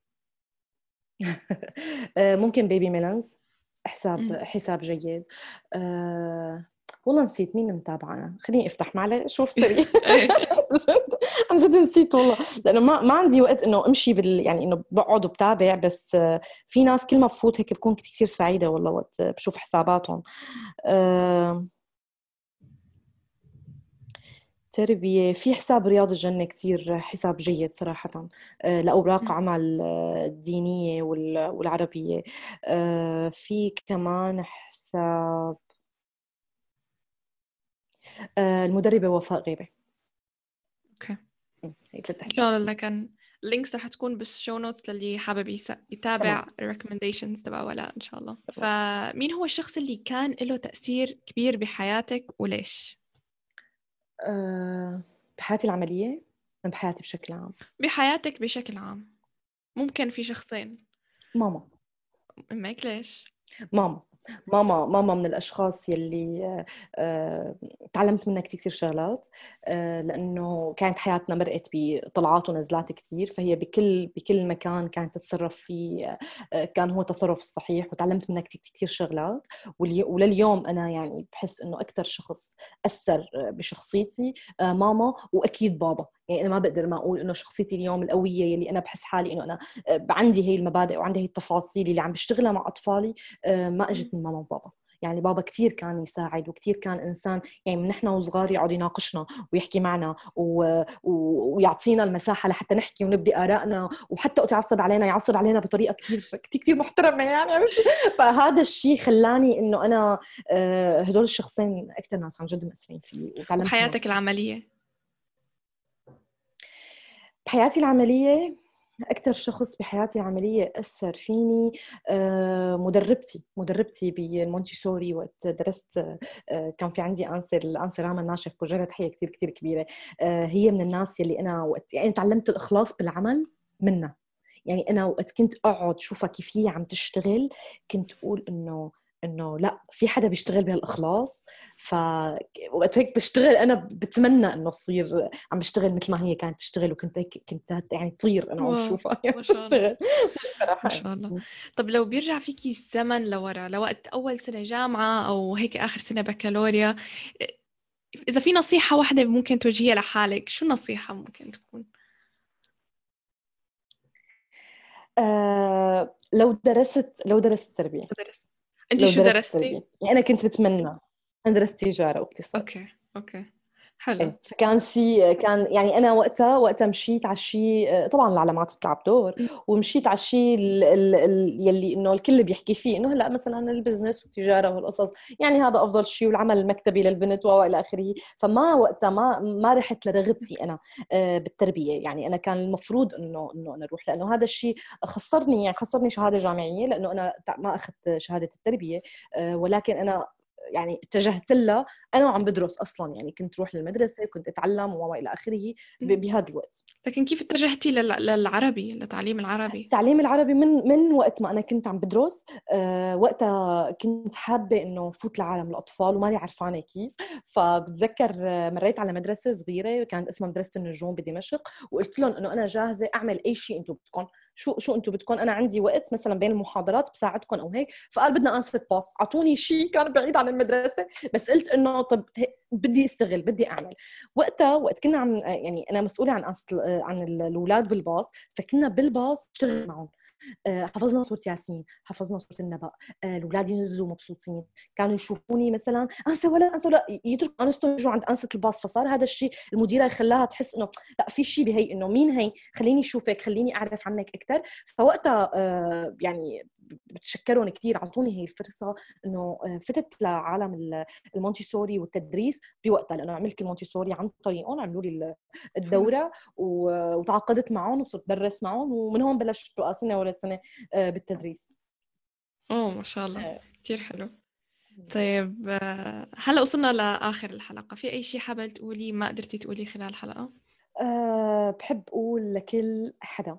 ممكن بيبي ميلانز، حساب حساب جيد. أه والله نسيت مين متابعنا، خليني افتح معلش شوف سريع. عن جد نسيت والله، لانه ما ما عندي وقت انه امشي بال يعني انه بقعد وبتابع. بس في ناس كل ما بفوت هيك بكون كثير سعيده والله وقت بشوف حساباتهم. أه تربية، في حساب رياض الجنة كتير حساب جيد صراحة، لأوراق عمل الدينية والعربية. في كمان حساب المدربة وفاء غيبة.
اوكي.
هي ثلاث
ان شاء الله كان اللينكس رح تكون بالشو نوتس للي حابب يتابع الريكومنديشنز تبع ولا ان شاء الله. فمين هو الشخص اللي كان له تأثير كبير بحياتك وليش؟
أه بحياتي العملية أم بحياتي بشكل عام؟
بحياتك بشكل عام. ممكن في شخصين.
ماما.
أمك ليش؟
ماما ماما ماما من الأشخاص يلي أه تعلمت منها كتير كتير شغلات. أه لأنه كانت حياتنا مرقت بطلعات ونزلات كتير، فهي بكل بكل مكان كانت تتصرف فيه أه كان هو تصرف الصحيح، وتعلمت منها كتير كتير شغلات. ولليوم أنا يعني بحس إنه أكتر شخص أثر بشخصيتي أه ماما، وأكيد بابا. يعني أنا ما بقدر ما أقول إنه شخصيتي اليوم القوية يلي أنا بحس حالي إنه أنا عندي هي المبادئ وعندي هي التفاصيل اللي عم بشتغلها مع أطفالي ما اجت من ماما وبابا. يعني بابا كتير كان يساعد، وكتير كان إنسان يعني من نحن وصغار يقعد يناقشنا ويحكي معنا و... و... ويعطينا المساحة لحتى نحكي ونبدي آرائنا، وحتى يعصب علينا يعصب علينا بطريقة كتير كتير كتير محترمة يعني. فهذا الشيء خلاني إنه أنا هدول الشخصين أكتر ناس عن جد مأثرين فيه وتعلمت.
وحياتك العملية؟
بحياتي العملية أكثر شخص بحياتي العملية أثر فيني مدربتي مدربتي بالمونتيسوري. وقت درست كان في عندي أنسر الأنسر رامن ناشف، بوجه تحية كتير كتير كبيرة. هي من الناس يلي أنا وقت يعني تعلمت الإخلاص بالعمل منها. يعني أنا وقت كنت أقعد شوفها كيف هي عم تشتغل كنت أقول إنه إنه لا في حدا بيشتغل بهالإخلاص. فوقت هيك بشتغل أنا بتمنى إنه تصير عم بشتغل مثل ما هي كانت تشتغل، وكنت هيك كنت يعني طير أنا عم
واو،
بشوفها يعني
ما شاء الله،
تشتغل
ما
بصراحة.
شاء الله. طب لو بيرجع فيكي الزمن لورا لوقت أول سنة جامعة أو هيك آخر سنة بكالوريا، إذا في نصيحة واحدة ممكن توجهيها لحالك، شو النصيحة ممكن تكون؟
آه لو درست لو درست تربية.
درست. أنت
لو
شو
درست
درستي؟
تربية يعني أنا كنت بتمنى. أنا درست تجارة واقتصاد.
أوكي أوكي، حلو.
ايه فكان شيء كان يعني انا وقتها وقتها مشيت على الشيء، طبعا العلامات بتلعب دور، ومشيت على الشيء ال- ال- ال- يلي انه الكل بيحكي فيه انه هلا مثلا البزنس والتجاره والقصص يعني هذا افضل شيء، والعمل المكتبي للبنت والى اخره. فما وقتها ما ما رحت لرغبتي انا آه، بالتربيه. يعني انا كان المفروض انه انه انا اروح، لانه هذا الشيء خسرني يعني خسرني شهاده جامعيه، لانه انا ما اخذت شهاده التربيه. آه، ولكن انا يعني اتجهت لها انا وعم بدرس اصلا، يعني كنت روح للمدرسه وكنت اتعلم وما الى اخره بهذا الوقت.
لكن كيف اتجهتي لل- للعربي، لتعليم العربي؟
التعليم العربي من من وقت ما انا كنت عم بدرس. أه وقتها كنت حابه انه فوت لعالم الاطفال وماني عرفانه كيف. فبتذكر آه، مريت على مدرسه صغيره كانت اسمها مدرسه النجوم بدمشق، وقلت لهم انه انا جاهزه اعمل اي شيء انتم بدكم، شو شو انتم بدكم، انا عندي وقت مثلا بين المحاضرات بساعدكم او هيك. فقال بدنا انسة باص، اعطوني شيء كان بعيد عن المدرسه، بس قلت انه طب بدي استغل بدي اعمل. وقتها وقت كنا عم يعني انا مسؤوله عن أنسة عن الاولاد بالباص، فكنا بالباص نشتغل معهم. حفظنا سورة ياسين، حفظنا سورة النبأ. الأولاد ينزلوا مبسوطين، كانوا يشوفوني مثلا أنسة ولا أنسة ولا يتركوا أنستهم يجوا عند أنسة الباص. فصار هذا الشيء المديرة خلاها تحس إنه لا في شيء بهي، إنه مين هي، خليني أشوفك خليني أعرف عنك أكثر. فوقتها يعني بتشكرهم كثير أعطوني هي الفرصة إنه فتت لعالم المونتيسوري والتدريس بوقتها، لأنه عملت المونتيسوري عن طريقهم، عملوا لي الدورة وتعاقدت معهم وصرت درس معهم، ومن هون بلشت بقى سنة ولا سنة بالتدريس.
أوه ما شاء الله، كتير حلو. طيب هلأ وصلنا لآخر الحلقة، في أي شيء حابة تقولي ما قدرتي تقولي خلال الحلقة؟
أه بحب أقول لكل حدا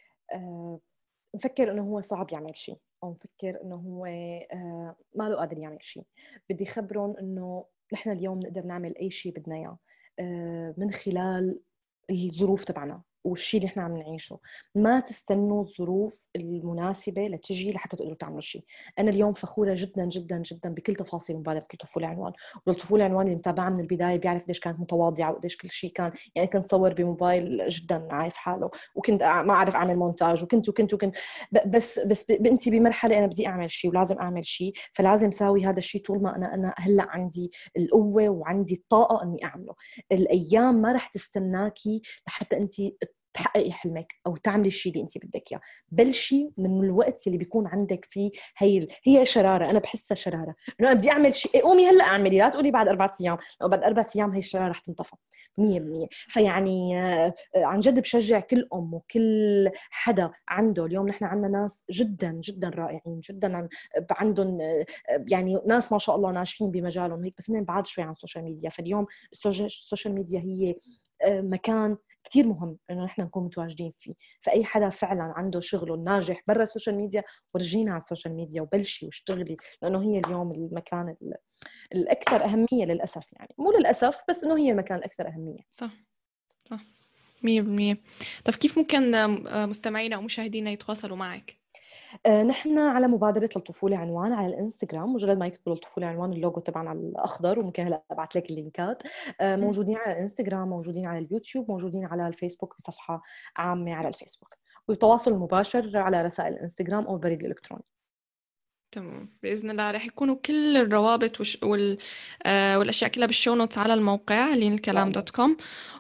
أه مفكر إنه هو صعب يعمل شيء، أو مفكر إنه هو أه ما له قادر يعمل شيء، بدي خبرهم إنه نحن اليوم نقدر نعمل أي شيء بدنا إياه أه من خلال الظروف تبعنا والشيء اللي احنا عم نعيشه. ما تستنوا الظروف المناسبة لتجي لحتى تقدروا تعملوا شيء. أنا اليوم فخورة جدا جدا جدا بكل تفاصيل مبادرة الطفولة عنوان. والطفولة عنوان اللي متابعها من البداية بيعرف قديش كانت متواضعة وقديش كل شيء كان، يعني كنت صور بموبايل جدا عارف حاله، وكنت ما أعرف أعمل مونتاج، وكنت وكنت وكنت بس بس بنتي بمرحلة أنا بدي أعمل شيء ولازم أعمل شيء، فلازم ساوي هذا الشيء طول ما أنا أنا هلا عندي القوة وعندي الطاقة إني أعمله. الأيام ما رح تستناكي لحتى أنت تحققي حلمك او تعملي الشيء اللي انت بدك اياه. بلشي من الوقت اللي بيكون عندك فيه هي هي شراره، انا بحسها شراره انه انا بدي اعمل شيء، قومي هلا اعملي، لا تقولي بعد اربع ايام، لو بعد اربع ايام هي الشراره رح تنطفى مية بالمية. فيعني عن جد بشجع كل ام وكل حدا عنده. اليوم نحن عندنا ناس جدا جدا رائعين جدا، عندهم يعني ناس ما شاء الله ناجحين بمجالهم هيك، بس هن بعاد شوي عن السوشيال ميديا. فاليوم السوشيال ميديا هي مكان كتير مهم إنه نحن نكون متواجدين فيه. فأي حدا فعلا عنده شغله ناجح برا السوشيال ميديا ورجينا على السوشيال ميديا وبلشي واشتغلي، لأنه هي اليوم المكان الأكثر أهمية للأسف، يعني مو للأسف بس إنه هي المكان الأكثر أهمية.
صح صح مية بالمية. طب كيف ممكن مستمعينا ومشاهدينا يتواصلوا معك؟
آه، نحن على مبادرة للطفولة عنوان على الانستغرام، مجرد ما يكتبوا للطفولة عنوان اللوجو تبعنا الأخضر، وممكن هلا أبعث لك اللينكات. آه، موجودين على الانستغرام، موجودين على اليوتيوب، موجودين على الفيسبوك بصفحة عامة على الفيسبوك، والتواصل مباشر على رسائل الانستغرام أو البريد الإلكتروني.
تمام، بإذن الله رح يكونوا كل الروابط وش... وال... آه والأشياء كلها بالشو نوتس على الموقع لين الكلام دوت كوم.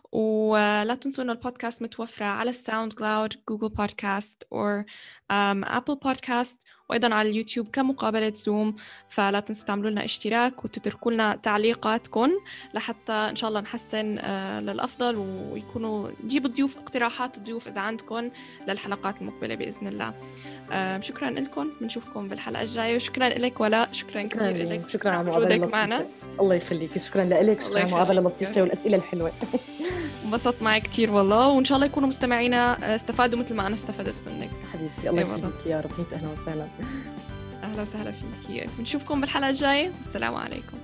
ولا تنسوا إنه البودكاست متوفرة على الساوند كلاود، جوجل بودكاست أو أبل بودكاست، وأيضا على اليوتيوب كمقابلة زوم. فلا تنسوا تعملوا لنا اشتراك وتتركوا لنا تعليقاتكم لحتى إن شاء الله نحسن آه للأفضل، ويكونوا جيبوا ضيوف، اقتراحات الضيوف إذا عندكم للحلقات المقبلة بإذن الله. آه شكرا لكم، بنشوفكم بالحلقة الجاية. وشكرا لك ولاء، شكرا كثير لك،
شكرا على المقابلة اللطيفة معنا. الله يخليك، شكرا لك، شكرا على المقابلة اللطيفة والأسئلة الحلوة.
انبسطت معك كتير والله، وإن شاء الله يكونوا مستمعينا استفادوا مثل ما أنا استفدت منك.
حبيبتي الله يخليك يا رب. أهلا وسهلا.
أهلا وسهلا فيك. بنشوفكم بالحلقة الجاية، والسلام عليكم.